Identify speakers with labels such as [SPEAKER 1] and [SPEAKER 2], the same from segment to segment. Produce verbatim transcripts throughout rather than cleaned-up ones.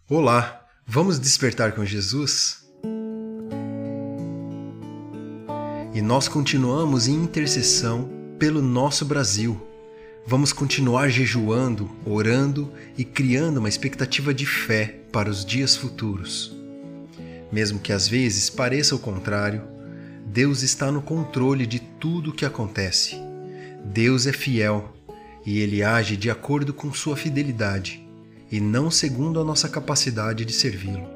[SPEAKER 1] Olá, vamos despertar com Jesus? E nós continuamos em intercessão pelo nosso Brasil. Vamos continuar jejuando, orando e criando uma expectativa de fé para os dias futuros. Mesmo que às vezes pareça o contrário, Deus está no controle de tudo o que acontece. Deus é fiel e Ele age de acordo com sua fidelidade e não segundo a nossa capacidade de servi-lo.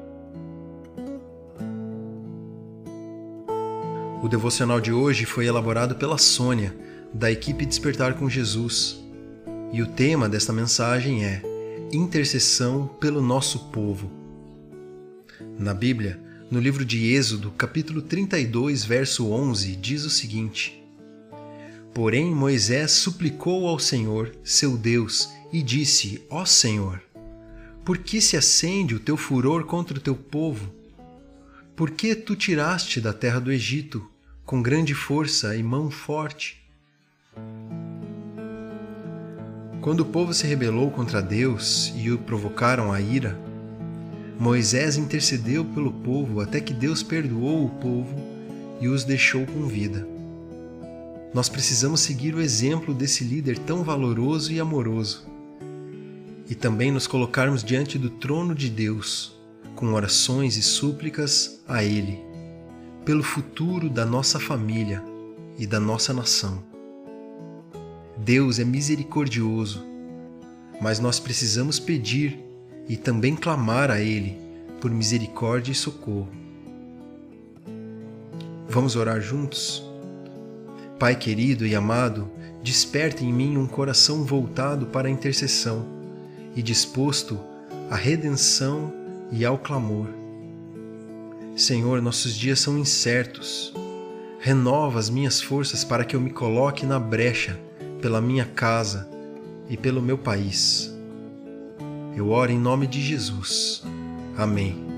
[SPEAKER 1] O devocional de hoje foi elaborado pela Sônia, da equipe Despertar com Jesus, e o tema desta mensagem é Intercessão pelo nosso povo. Na Bíblia, no livro de Êxodo, capítulo trinta e dois, verso onze, diz o seguinte: Porém Moisés suplicou ao Senhor, seu Deus, e disse: Ó Senhor, por que se acende o teu furor contra o teu povo? Por que tu tiraste da terra do Egito com grande força e mão forte? Quando o povo se rebelou contra Deus e o provocaram a ira, Moisés intercedeu pelo povo até que Deus perdoou o povo e os deixou com vida. Nós precisamos seguir o exemplo desse líder tão valoroso e amoroso e também nos colocarmos diante do trono de Deus com orações e súplicas a Ele, pelo futuro da nossa família e da nossa nação. Deus é misericordioso, mas nós precisamos pedir e também clamar a Ele por misericórdia e socorro. Vamos orar juntos? Pai querido e amado, desperta em mim um coração voltado para a intercessão e disposto à redenção e ao clamor. Senhor, nossos dias são incertos. Renova as minhas forças para que eu me coloque na brecha pela minha casa e pelo meu país. Eu oro em nome de Jesus. Amém.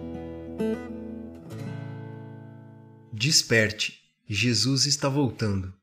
[SPEAKER 1] Desperte, Jesus está voltando.